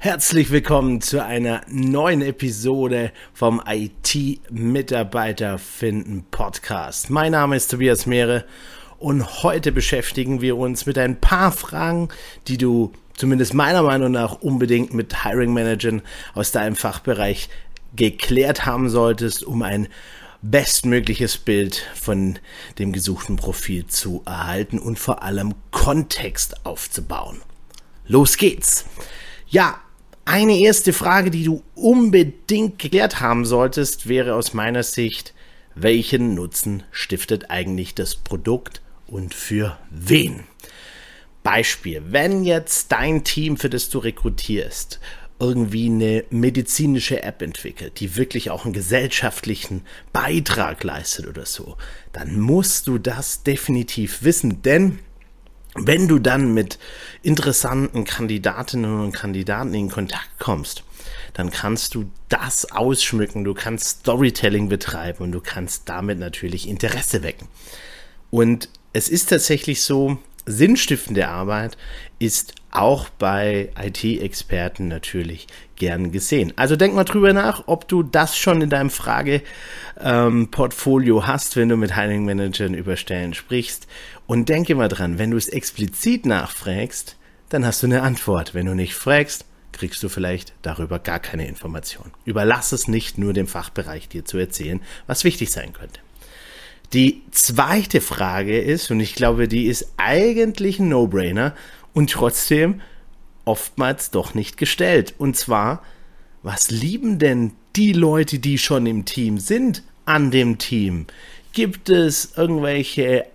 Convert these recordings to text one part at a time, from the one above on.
Herzlich willkommen zu einer neuen Episode vom IT-Mitarbeiter finden Podcast. Mein Name ist Tobias Mehre und heute beschäftigen wir uns mit ein paar Fragen, die du zumindest meiner Meinung nach unbedingt mit Hiring Managern aus deinem Fachbereich geklärt haben solltest, um ein bestmögliches Bild von dem gesuchten Profil zu erhalten und vor allem Kontext aufzubauen. Los geht's! Ja, eine erste Frage, die du unbedingt geklärt haben solltest, wäre aus meiner Sicht, welchen Nutzen stiftet eigentlich das Produkt und für wen? Beispiel, wenn jetzt dein Team, für das du rekrutierst, irgendwie eine medizinische App entwickelt, die wirklich auch einen gesellschaftlichen Beitrag leistet oder so, dann musst du das definitiv wissen, denn wenn du dann mit interessanten Kandidatinnen und Kandidaten in Kontakt kommst, dann kannst du das ausschmücken, du kannst Storytelling betreiben und du kannst damit natürlich Interesse wecken. Und es ist tatsächlich so, sinnstiftende Arbeit ist auch bei IT-Experten natürlich gern gesehen. Also denk mal drüber nach, ob du das schon in deinem Frageportfolio hast, wenn du mit Hiring Managern über Stellen sprichst. Und denke mal dran, wenn du es explizit nachfragst, dann hast du eine Antwort. Wenn du nicht fragst, kriegst du vielleicht darüber gar keine Information. Überlass es nicht nur dem Fachbereich, dir zu erzählen, was wichtig sein könnte. Die zweite Frage ist, und ich glaube, die ist eigentlich ein No-Brainer und trotzdem oftmals doch nicht gestellt. Und zwar, was lieben denn die Leute, die schon im Team sind, an dem Team? Gibt es irgendwelche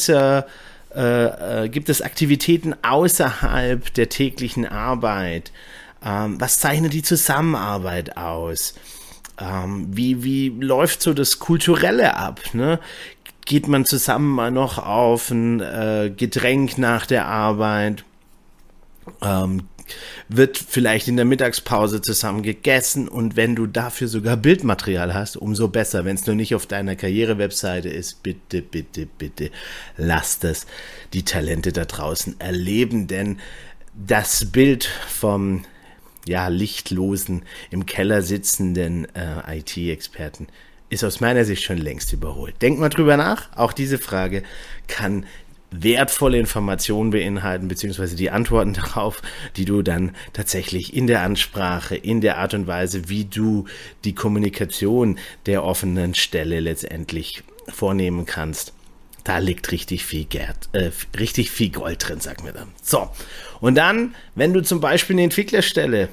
gibt es Aktivitäten außerhalb der täglichen Arbeit? Was zeichnet die Zusammenarbeit aus? Wie läuft so das Kulturelle ab? Ne? Geht man zusammen mal noch auf ein Getränk nach der Arbeit? Wird vielleicht in der Mittagspause zusammen gegessen, und wenn du dafür sogar Bildmaterial hast, umso besser. Wenn es nur nicht auf deiner Karriere-Webseite ist, bitte, bitte, bitte lass das die Talente da draußen erleben, denn das Bild vom lichtlosen, im Keller sitzenden IT-Experten ist aus meiner Sicht schon längst überholt. Denk mal drüber nach, auch diese Frage kann wertvolle Informationen beinhalten, beziehungsweise die Antworten darauf, die du dann tatsächlich in der Ansprache, in der Art und Weise, wie du die Kommunikation der offenen Stelle letztendlich vornehmen kannst. Da liegt richtig viel Gold drin, sagen wir dann. So, und dann, wenn du zum Beispiel eine Entwicklerstelle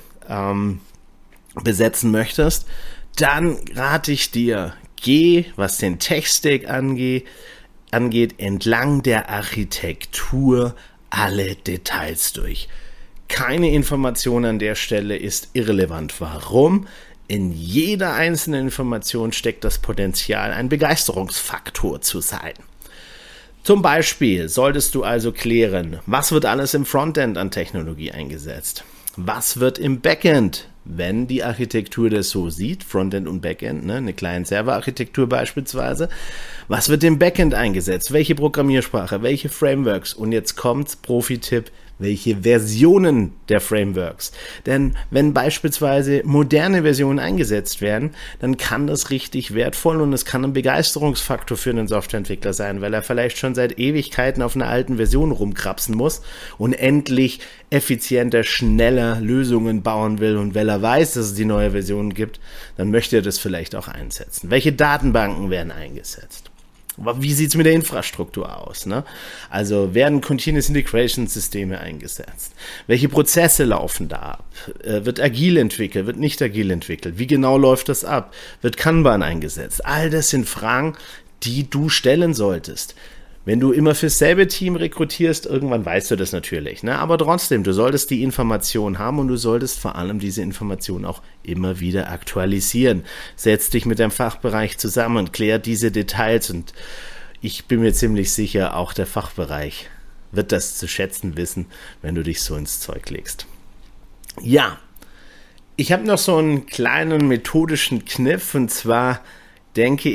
besetzen möchtest, dann rate ich dir, geh, was den Tech-Stack angeht, entlang der Architektur alle Details durch. Keine Information an der Stelle ist irrelevant. Warum? In jeder einzelnen Information steckt das Potenzial, ein Begeisterungsfaktor zu sein. Zum Beispiel solltest du also klären, was wird alles im Frontend an Technologie eingesetzt? Was wird im Backend, wenn die Architektur das so sieht, Frontend und Backend, eine Client-Server-Architektur beispielsweise, was wird im Backend eingesetzt? Welche Programmiersprache, welche Frameworks? Und jetzt kommt's, Profi-Tipp, welche Versionen der Frameworks. Denn wenn beispielsweise moderne Versionen eingesetzt werden, dann kann das richtig wertvoll und es kann ein Begeisterungsfaktor für einen Softwareentwickler sein, weil er vielleicht schon seit Ewigkeiten auf einer alten Version rumkrapsen muss und endlich effizienter, schneller Lösungen bauen will, und weil er weiß, dass es die neue Version gibt, dann möchte er das vielleicht auch einsetzen. Welche Datenbanken werden eingesetzt? Wie sieht es mit der Infrastruktur aus? Ne? Also werden Continuous Integration Systeme eingesetzt? Welche Prozesse laufen da ab? Wird agil entwickelt? Wird nicht agil entwickelt? Wie genau läuft das ab? Wird Kanban eingesetzt? All das sind Fragen, die du stellen solltest. Wenn du immer fürs selbe Team rekrutierst, irgendwann weißt du das natürlich, ne? Aber trotzdem, du solltest die Information haben und du solltest vor allem diese Information auch immer wieder aktualisieren. Setz dich mit deinem Fachbereich zusammen und klär diese Details, und ich bin mir ziemlich sicher, auch der Fachbereich wird das zu schätzen wissen, wenn du dich so ins Zeug legst. Ja, ich habe noch so einen kleinen methodischen Kniff, und zwar denke ich,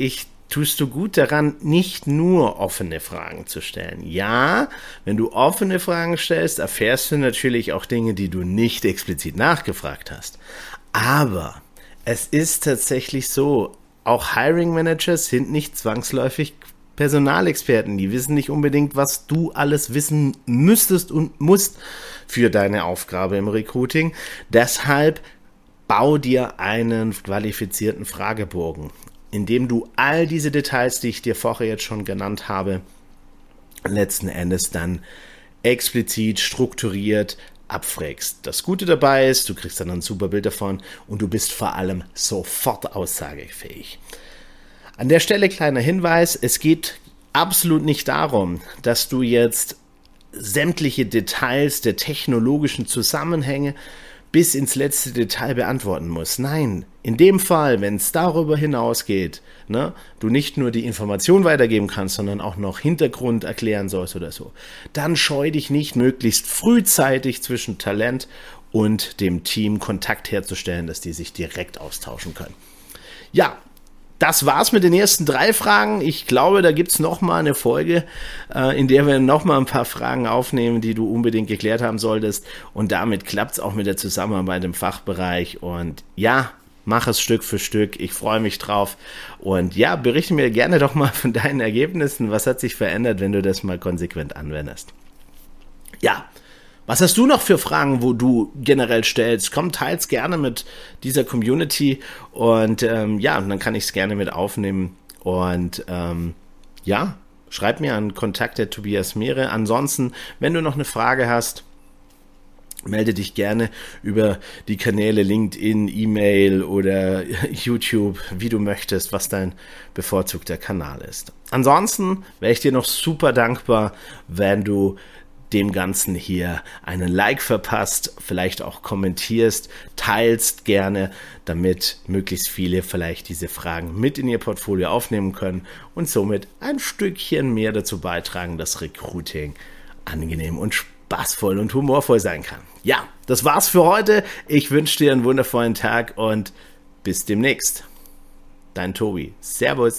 tust du gut daran, nicht nur offene Fragen zu stellen. Ja, wenn du offene Fragen stellst, erfährst du natürlich auch Dinge, die du nicht explizit nachgefragt hast. Aber es ist tatsächlich so, auch Hiring Manager sind nicht zwangsläufig Personalexperten. Die wissen nicht unbedingt, was du alles wissen müsstest und musst für deine Aufgabe im Recruiting. Deshalb bau dir einen qualifizierten Fragebogen, in dem du all diese Details, die ich dir vorher jetzt schon genannt habe, letzten Endes dann explizit, strukturiert abfragst. Das Gute dabei ist, du kriegst dann ein super Bild davon und du bist vor allem sofort aussagefähig. An der Stelle kleiner Hinweis, es geht absolut nicht darum, dass du jetzt sämtliche Details der technologischen Zusammenhänge bis ins letzte Detail beantworten musst. Nein, in dem Fall, wenn es darüber hinausgeht, du nicht nur die Information weitergeben kannst, sondern auch noch Hintergrund erklären sollst oder so, dann scheu dich nicht, möglichst frühzeitig zwischen Talent und dem Team Kontakt herzustellen, dass die sich direkt austauschen können. Ja, das war's mit den ersten 3 Fragen. Ich glaube, da gibt's noch mal eine Folge, in der wir noch mal ein paar Fragen aufnehmen, die du unbedingt geklärt haben solltest. Und damit klappt's auch mit der Zusammenarbeit im Fachbereich. Und ja, mach es Stück für Stück. Ich freue mich drauf. Und ja, berichte mir gerne doch mal von deinen Ergebnissen. Was hat sich verändert, wenn du das mal konsequent anwendest? Ja. Was hast du noch für Fragen, wo du generell stellst? Komm, teils gerne mit dieser Community und dann kann ich es gerne mit aufnehmen. Und schreib mir an kontakt@tobiasmehre. Ansonsten, wenn du noch eine Frage hast, melde dich gerne über die Kanäle LinkedIn, E-Mail oder YouTube, wie du möchtest, was dein bevorzugter Kanal ist. Ansonsten wäre ich dir noch super dankbar, wenn du dem Ganzen hier einen Like verpasst, vielleicht auch kommentierst, teilst gerne, damit möglichst viele vielleicht diese Fragen mit in ihr Portfolio aufnehmen können und somit ein Stückchen mehr dazu beitragen, dass Recruiting angenehm und spaßvoll und humorvoll sein kann. Ja, das war's für heute. Ich wünsche dir einen wundervollen Tag und bis demnächst. Dein Tobi. Servus.